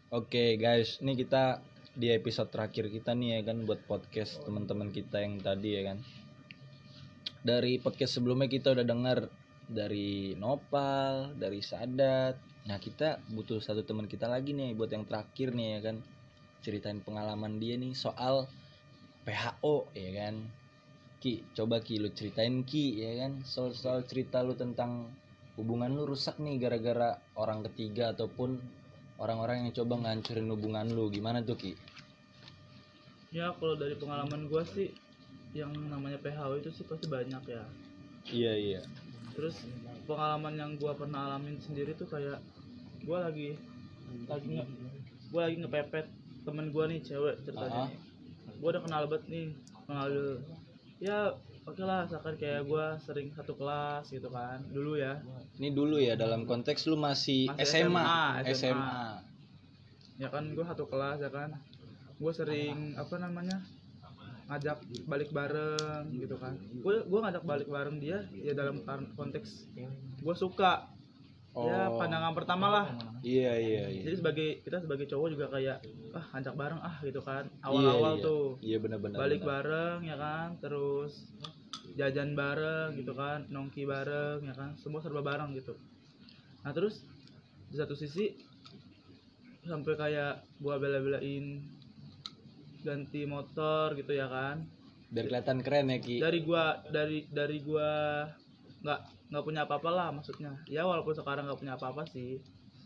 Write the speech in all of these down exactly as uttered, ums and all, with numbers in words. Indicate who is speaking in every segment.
Speaker 1: Oke guys, ini kita di episode terakhir kita nih ya kan buat podcast teman-teman kita yang tadi ya kan. Dari podcast sebelumnya kita udah dengar dari Nopal, dari Sadat. Nah kita butuh satu teman kita lagi nih buat yang terakhir nih ya kan. Ceritain pengalaman dia nih soal P H O ya kan. Ki, coba Ki lu ceritain Ki ya kan. Soal-soal cerita lu tentang hubungan lu rusak nih gara-gara orang ketiga ataupun orang-orang yang coba ngancurin hubungan lu. Gimana tuh Ki?
Speaker 2: Ya kalau dari pengalaman gue sih yang namanya P H O itu sih pasti banyak ya.
Speaker 1: Iya iya.
Speaker 2: Terus pengalaman yang gue pernah alamin sendiri tuh kayak gue lagi lagi nge gue lagi ngepepet temen gue nih cewek ceritanya.
Speaker 1: Uh-huh.
Speaker 2: Gue udah kenal banget nih, kenal dulu. Ya oke lah, misalkan kayak gue sering satu kelas gitu kan dulu ya.
Speaker 1: Ini dulu ya dalam konteks lu masih,
Speaker 2: Masih
Speaker 1: S M A,
Speaker 2: S M A.
Speaker 1: S M A.
Speaker 2: Ya kan gue satu kelas ya kan. Gue sering apa namanya ngajak balik bareng gitu kan. Gue gue ngajak balik bareng dia ya dalam konteks gue suka.
Speaker 1: Oh.
Speaker 2: Ya pandangan pertama lah.
Speaker 1: Iya iya iya.
Speaker 2: Jadi sebagai kita sebagai cowok juga kayak ah ngajak bareng ah gitu kan. Awal-awal
Speaker 1: iya, iya.
Speaker 2: tuh.
Speaker 1: Iya benar-benar.
Speaker 2: Balik
Speaker 1: benar.
Speaker 2: bareng ya kan. Terus jajan bareng gitu kan, nongki bareng ya kan. Semua serba bareng gitu. Nah, terus di satu sisi sampai kayak gue bela-belain ganti motor gitu ya kan,
Speaker 1: biar kelihatan keren ya Ki.
Speaker 2: dari gua dari dari gua nggak nggak punya apa-apa lah maksudnya ya, walaupun sekarang nggak punya apa-apa sih.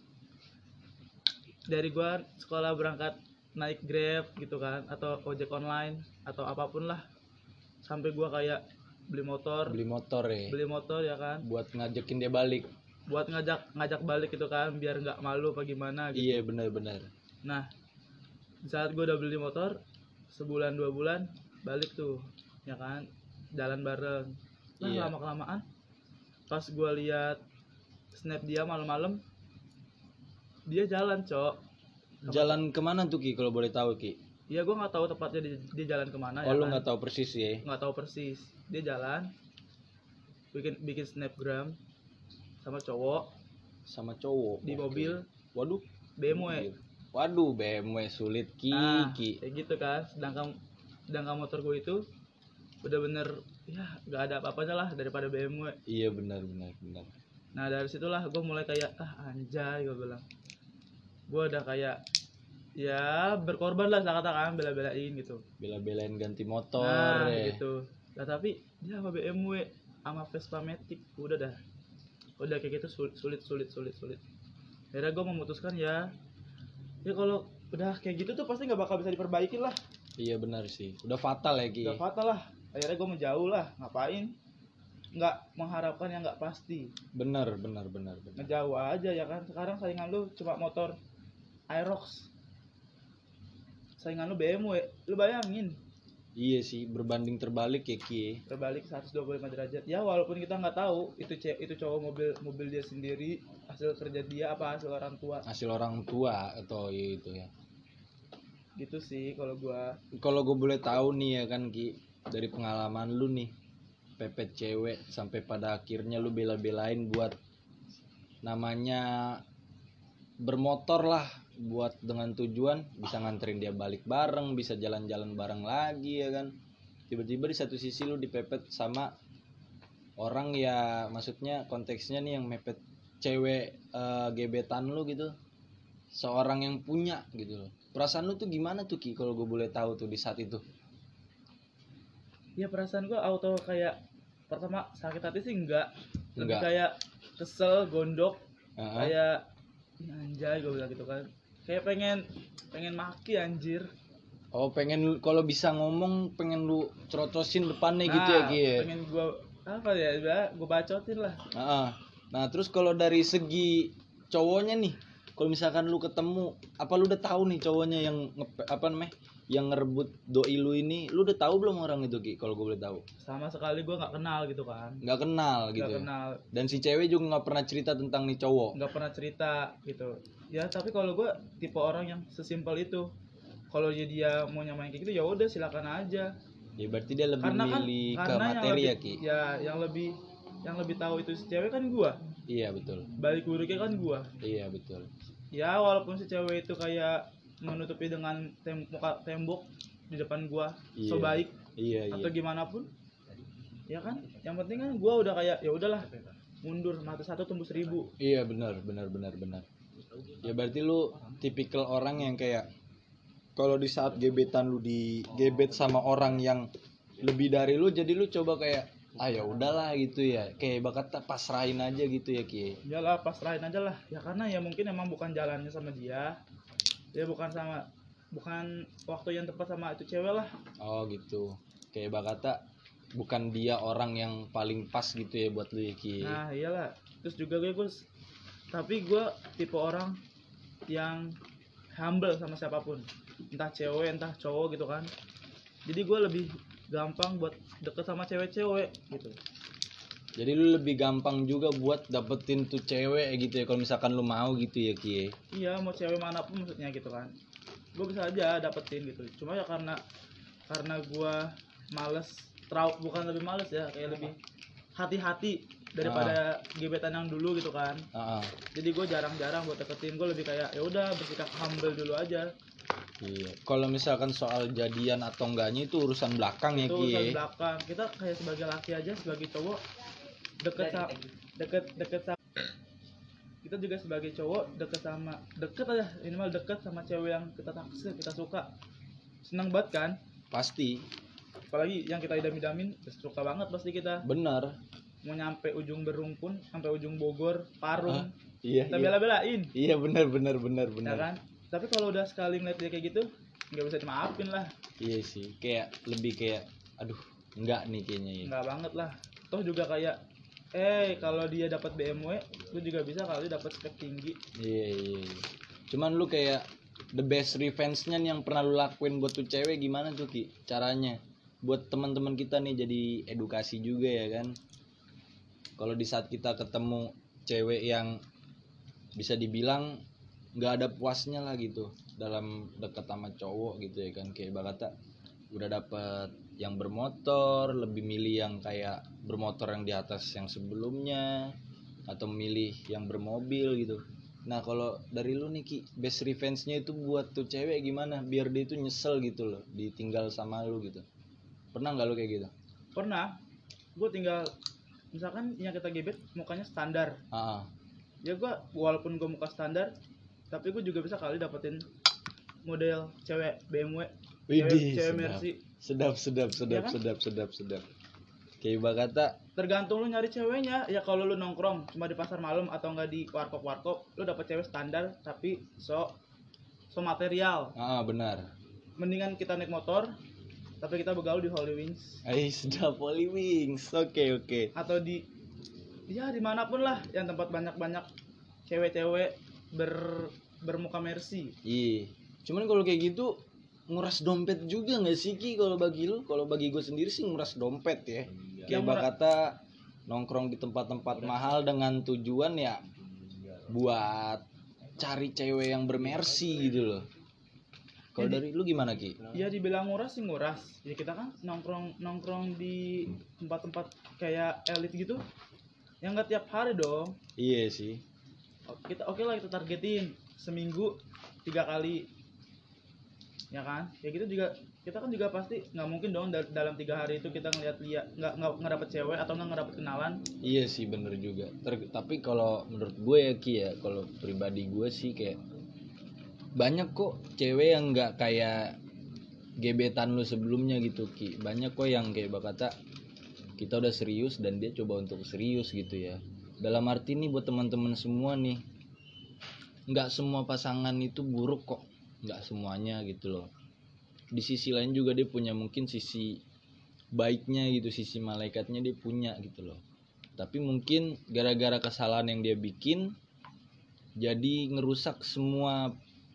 Speaker 2: Dari gua sekolah berangkat naik Grab gitu kan atau ojek online atau apapun lah, sampai gua kayak beli motor
Speaker 1: beli motor ya
Speaker 2: beli motor ya kan
Speaker 1: buat ngajakin dia balik,
Speaker 2: buat ngajak ngajak balik gitu kan biar nggak malu apa gimana gitu.
Speaker 1: iya benar-benar.
Speaker 2: Nah saat gue udah beli motor sebulan dua bulan balik tuh ya kan, jalan bareng. Nah
Speaker 1: Iya.
Speaker 2: lama kelamaan pas gue lihat snap dia malam-malam, dia jalan cok.
Speaker 1: Jalan kemana tuh Ki kalau boleh tahu Ki?
Speaker 2: Iya gue nggak tahu tepatnya dia, dia jalan kemana.
Speaker 1: Oh
Speaker 2: ya
Speaker 1: lu
Speaker 2: kan?
Speaker 1: nggak tahu persis ya?
Speaker 2: Nggak tahu persis. Dia jalan bikin bikin snapgram sama cowok
Speaker 1: Sama cowok
Speaker 2: di
Speaker 1: oke.
Speaker 2: mobil.
Speaker 1: Waduh,
Speaker 2: B M W.
Speaker 1: Waduh, B M W sulit Ki,
Speaker 2: Nah,
Speaker 1: Ki.
Speaker 2: kayak gitu kan. Sedangkan sedangkan motor gue itu bener-bener ya nggak ada apa-apanya lah daripada B M W.
Speaker 1: Iya benar benar benar.
Speaker 2: Nah dari situlah gue mulai kayak ah anjay, gue bilang gue udah kayak ya berkorban lah katakan, bela-belain gitu,
Speaker 1: Bela-belain ganti motor
Speaker 2: nah
Speaker 1: ya.
Speaker 2: gitu. Nah tapi dia sama B M W sama Vespa Matic udah dah udah kayak gitu sulit sulit sulit sulit sulit. Akhirnya gue memutuskan ya ya kalau udah kayak gitu tuh pasti nggak bakal bisa diperbaiki lah.
Speaker 1: Iya benar sih, udah fatal ya Ki.
Speaker 2: Udah fatal lah. Akhirnya gue menjauh lah, ngapain nggak mengharapkan yang nggak pasti.
Speaker 1: Benar benar benar benar.
Speaker 2: Ngejauh aja ya kan. Sekarang saingan lu cuma motor Aerox, saingan lu B M W, lu bayangin.
Speaker 1: Iya sih, berbanding terbalik ya Ki.
Speaker 2: Terbalik seratus dua puluh lima derajat. Ya walaupun kita nggak tahu itu ce- itu cowok mobil mobil dia sendiri, hasil kerja dia apa hasil orang tua.
Speaker 1: Hasil orang tua atau itu ya.
Speaker 2: Gitu sih kalau gua.
Speaker 1: Kalau gue boleh tahu nih ya kan Ki, dari pengalaman lu nih pepet cewek sampai pada akhirnya lu bela-belain buat namanya bermotor lah, buat dengan tujuan bisa nganterin dia balik bareng, bisa jalan-jalan bareng lagi ya kan. Tiba-tiba di satu sisi lu dipepet sama orang ya, maksudnya konteksnya nih yang mepet cewek uh, gebetan lu gitu, seorang yang punya gitu loh. Perasaan lu tuh gimana tuh Ki kalau gue boleh tahu tuh di saat itu?
Speaker 2: Ya perasaan gua auto kayak pertama sakit hati sih enggak, lebih
Speaker 1: Enggak.
Speaker 2: kayak kesel, gondok,
Speaker 1: Uh-huh.
Speaker 2: kayak "Ih, anjay gue bilang gitu kan, kayak pengen pengen maki anjir.
Speaker 1: Oh pengen lu- kalau bisa ngomong pengen lu cerotosin depannya
Speaker 2: Nah,
Speaker 1: gitu ya Ki ya?
Speaker 2: pengen gue apa ya, gue bacotin lah.
Speaker 1: Nah, nah terus kalau dari segi cowoknya nih, kalau misalkan lu ketemu, apa lu udah tahu nih cowoknya yang nge- apa namanya, yang ngerebut doi lu ini, lu udah tahu belum orang itu Ki? Kalau gue boleh tahu.
Speaker 2: Sama sekali gue nggak kenal gitu kan,
Speaker 1: Nggak kenal gitu.
Speaker 2: nggak
Speaker 1: ya?
Speaker 2: kenal,
Speaker 1: Dan si cewek juga nggak pernah cerita tentang nih cowok.
Speaker 2: nggak pernah cerita gitu. Ya tapi kalau gue tipe orang yang sesimpel itu. Kalau dia dia mau nyamain kayak gitu ya udah silakan aja.
Speaker 1: Ya berarti dia lebih
Speaker 2: Karena kan
Speaker 1: milih ke
Speaker 2: karena yang
Speaker 1: materi
Speaker 2: lebih,
Speaker 1: ya Ki.
Speaker 2: ya yang lebih yang lebih tahu itu si cewek kan gue.
Speaker 1: Iya betul.
Speaker 2: Balik buruknya kan gue.
Speaker 1: Iya betul.
Speaker 2: ya walaupun si cewek itu kayak menutupi dengan tem- muka tembok di depan gua so
Speaker 1: Iya.
Speaker 2: baik
Speaker 1: Iya, iya.
Speaker 2: atau gimana pun, ya kan yang penting kan gua udah kayak ya udahlah, mundur mata satu tembus seribu.
Speaker 1: Iya, benar, benar, benar, benar. Ya berarti lu tipikal orang yang kayak kalau di saat gebetan lu digebet sama orang yang lebih dari lu, jadi lu coba kayak ah ya udahlah gitu ya, kayak bakat pasrahin aja gitu ya Ki.
Speaker 2: Iyalah pasrahin aja lah ya, karena ya mungkin emang bukan jalannya sama dia, ya bukan sama bukan waktu yang tepat sama itu cewek lah.
Speaker 1: Oh gitu, kayak bakata bukan dia orang yang paling pas gitu ya buat lu ya Ki.
Speaker 2: Nah iyalah, terus juga gue Gus, tapi gue tipe orang yang humble sama siapapun, entah cewek entah cowok gitu kan. Jadi gue lebih gampang buat deket sama cewek-cewek gitu.
Speaker 1: Jadi lu lebih gampang juga buat dapetin tuh cewek gitu ya kalau misalkan lu mau gitu ya Ki.
Speaker 2: Iya, mau cewek manapun maksudnya gitu kan, gue bisa aja dapetin gitu. Cuma ya karena karena gue males, trau bukan lebih males ya, kayak lebih hati-hati daripada gebetan yang dulu gitu kan.
Speaker 1: Ah, ah.
Speaker 2: Jadi gue jarang-jarang buat deketin, gue lebih kayak ya udah bersikap humble dulu aja.
Speaker 1: Iya. Kalau misalkan soal jadian atau enggaknya itu urusan belakang ya
Speaker 2: Itu
Speaker 1: Ki.
Speaker 2: urusan belakang. Kita kayak sebagai laki aja, sebagai cowok deket sama deket deket sama kita juga sebagai cowok deket sama deket aja minimal deket sama cewek yang kita taksir, kita suka, seneng banget kan.
Speaker 1: Pasti.
Speaker 2: Apalagi yang kita idam-idamin, suka banget pasti kita.
Speaker 1: Benar.
Speaker 2: Mau nyampe ujung Berung pun, sampai ujung Bogor, Parung,
Speaker 1: Ah, iya.
Speaker 2: kita
Speaker 1: Iya.
Speaker 2: bela-belain.
Speaker 1: Iya benar benar benar
Speaker 2: Ya
Speaker 1: benar.
Speaker 2: kan? Tapi kalau udah sekali ngeliat dia kayak gitu, nggak bisa dimaafin lah.
Speaker 1: Iya sih, kayak lebih kayak aduh, enggak nih kayaknya ya.
Speaker 2: Nggak banget lah. Toh juga kayak, eh kalau dia dapat B M W, lu juga bisa kalau dia dapat spek tinggi.
Speaker 1: Iya, iya, iya. Cuman lu kayak the best revenge-nya nih yang pernah lu lakuin buat tuh cewek gimana tuh Ki? Caranya buat teman-teman kita nih jadi edukasi juga ya kan. Kalau di saat kita ketemu cewek yang bisa dibilang nggak ada puasnya lah gitu dalam dekat sama cowok gitu ya kan, kayak bakata udah dapet yang bermotor, lebih milih yang kayak bermotor yang di atas yang sebelumnya atau milih yang bermobil gitu. Nah kalau dari lu nih Ki, best revenge-nya itu buat tuh cewek gimana biar dia tuh nyesel gitu loh ditinggal sama lu gitu. Pernah nggak lu kayak gitu?
Speaker 2: Pernah, gue tinggal misalkan yang kita gebet mukanya standar,
Speaker 1: Ah,
Speaker 2: ya gue walaupun gue muka standar, tapi gue juga bisa kali dapetin model cewek B M W, cewek,
Speaker 1: Widih,
Speaker 2: cewek
Speaker 1: sedap.
Speaker 2: Mercy.
Speaker 1: sedap sedap sedap
Speaker 2: Ya kan?
Speaker 1: sedap sedap sedap. Kayak bakata
Speaker 2: Tergantung lu nyari ceweknya. Ya kalau lu nongkrong cuma di pasar malam atau enggak di warkop-warkop, lu dapet cewek standar tapi so so material.
Speaker 1: ah benar.
Speaker 2: Mendingan kita naik motor tapi kita begaul di Holy Wings
Speaker 1: Ay, sedap Holy Wings. Oke oke.
Speaker 2: atau di ya dimanapun lah yang tempat banyak-banyak cewek-cewek ber bermuka Mercy.
Speaker 1: Iya. Cuman kalau kayak gitu nguras dompet juga nggak sih Ki kalau bagi lu? Kalau bagi gue sendiri sih nguras dompet ya. Kayak
Speaker 2: Yang murah-
Speaker 1: bakata nongkrong di tempat-tempat mahal dengan tujuan ya buat cari cewek yang bermercy gitu loh. Kalau
Speaker 2: Jadi-
Speaker 1: dari lu gimana Ki?
Speaker 2: Ya dibilang nguras sih nguras. Ya kita kan nongkrong nongkrong di tempat-tempat kayak elit gitu. Yang nggak tiap hari dong.
Speaker 1: Iya sih.
Speaker 2: O- Kita oke lah kita targetin seminggu tiga kali. Ya kan? Ya gitu juga kita kan juga pasti nggak mungkin dong dal- dalam tiga hari itu kita ngeliat lihat nggak nggak nggak dapet cewek atau nggak dapet kenalan.
Speaker 1: Iya sih bener juga. Ter- tapi kalau menurut gue ya Ki ya, kalau pribadi gue sih kayak banyak kok cewek yang nggak kayak gebetan lu sebelumnya gitu Ki. Banyak kok yang kayak bakata kita udah serius dan dia coba untuk serius gitu ya. Dalam arti nih buat teman-teman semua nih, nggak semua pasangan itu buruk kok, nggak semuanya gitu loh. Di sisi lain juga dia punya mungkin sisi baiknya gitu, sisi malaikatnya dia punya gitu loh. Tapi mungkin gara-gara kesalahan yang dia bikin jadi ngerusak semua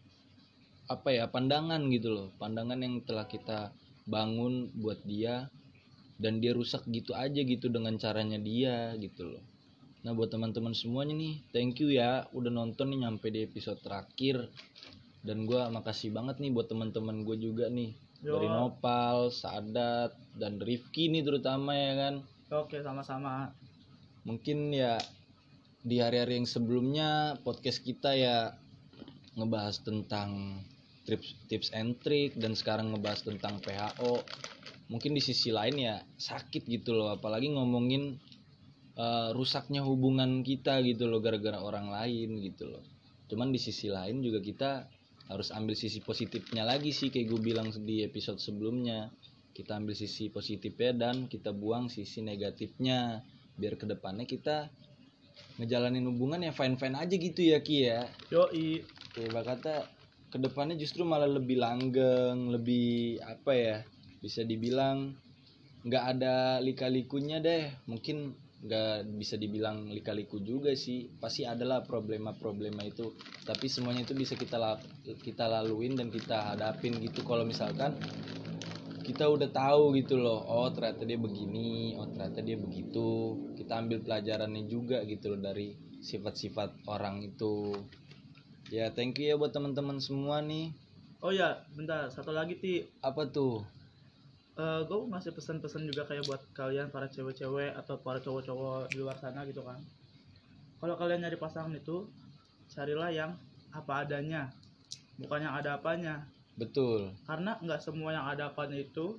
Speaker 1: apa ya pandangan gitu loh, pandangan yang telah kita bangun buat dia dan dia rusak gitu aja gitu dengan caranya dia gitu loh. Nah buat teman-teman semuanya nih, thank you ya udah nonton nih nyampe di episode terakhir. Dan gue makasih banget nih buat teman-teman gue juga nih.
Speaker 2: Yo.
Speaker 1: Dari Nopal, Sadat, dan Rifki nih terutama ya kan.
Speaker 2: Oke sama-sama.
Speaker 1: Mungkin ya di hari-hari yang sebelumnya podcast kita ya ngebahas tentang tips tips and trick, dan sekarang ngebahas tentang P H O. Mungkin di sisi lain ya sakit gitu loh, apalagi ngomongin uh, rusaknya hubungan kita gitu loh gara-gara orang lain gitu loh. Cuman di sisi lain juga kita harus ambil sisi positifnya lagi sih, kayak gue bilang di episode sebelumnya. Kita ambil sisi positifnya dan kita buang sisi negatifnya, biar kedepannya kita ngejalanin hubungan ya fine-fine aja gitu ya Ki ya.
Speaker 2: Yoi.
Speaker 1: Kayak kata kedepannya justru malah lebih langgeng, lebih apa ya, bisa dibilang nggak ada lika-likunya deh. Mungkin nggak bisa dibilang lika-liku juga sih, pasti adalah problema-problema itu, tapi semuanya itu bisa kita kita laluin dan kita hadapin gitu kalau misalkan kita udah tahu gitu loh, oh ternyata dia begini, oh ternyata dia begitu. Kita ambil pelajarannya juga gitu loh dari sifat-sifat orang itu. Ya thank you ya buat teman-teman semua nih.
Speaker 2: Oh ya, bentar, satu lagi Ti.
Speaker 1: Apa tuh?
Speaker 2: Uh, gue ngasih pesan-pesan juga kayak buat kalian para cewek-cewek atau para cowok-cowok di luar sana gitu kan. Kalau kalian nyari pasangan itu, carilah yang apa adanya, bukan yang ada apanya.
Speaker 1: Betul.
Speaker 2: Karena nggak semua yang ada apanya itu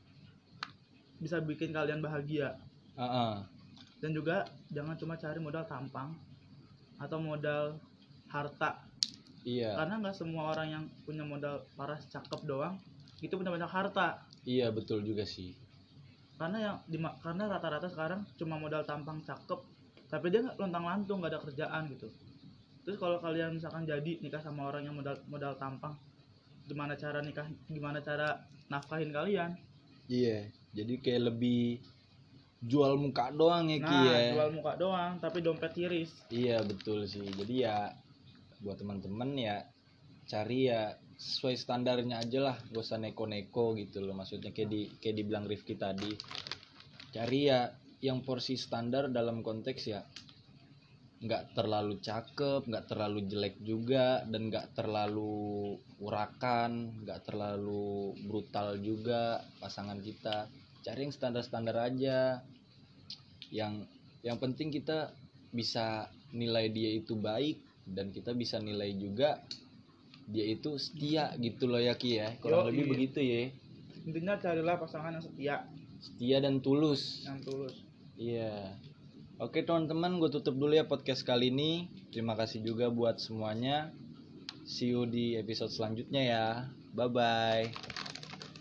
Speaker 2: bisa bikin kalian bahagia.
Speaker 1: Uh-uh.
Speaker 2: Dan juga jangan cuma cari modal tampang atau modal harta.
Speaker 1: Iya.
Speaker 2: Karena nggak semua orang yang punya modal paras cakep doang itu punya banyak harta.
Speaker 1: Iya betul juga sih.
Speaker 2: Karena yang di, karena rata-rata sekarang cuma modal tampang cakep, tapi dia nggak lontang-lantung, nggak ada kerjaan gitu. Terus kalau kalian misalkan jadi nikah sama orang yang modal modal tampang, gimana cara nikah, gimana cara nafkahin kalian?
Speaker 1: Iya, jadi kayak lebih jual muka doang ya Ki
Speaker 2: nah,
Speaker 1: ya.
Speaker 2: Jual muka doang tapi dompet tiris.
Speaker 1: Iya betul sih. Jadi ya buat teman-teman ya cari ya sesuai standarnya aja lah, gak usah neko-neko gitu loh. Maksudnya kayak di kayak dibilang Rifki tadi, cari ya yang porsi standar dalam konteks ya nggak terlalu cakep, nggak terlalu jelek juga, dan nggak terlalu urakan, nggak terlalu brutal juga pasangan kita. Cari yang standar-standar aja, yang yang penting kita bisa nilai dia itu baik, dan kita bisa nilai juga dia itu setia gitu loh ya Ki ya, kurang
Speaker 2: Yo,
Speaker 1: lebih
Speaker 2: iya.
Speaker 1: begitu ya.
Speaker 2: Intinya carilah pasangan yang setia,
Speaker 1: setia dan tulus.
Speaker 2: Yang tulus.
Speaker 1: Iya. Oke teman-teman, gue tutup dulu ya podcast kali ini. Terima kasih juga buat semuanya. See you di episode selanjutnya ya. Bye bye.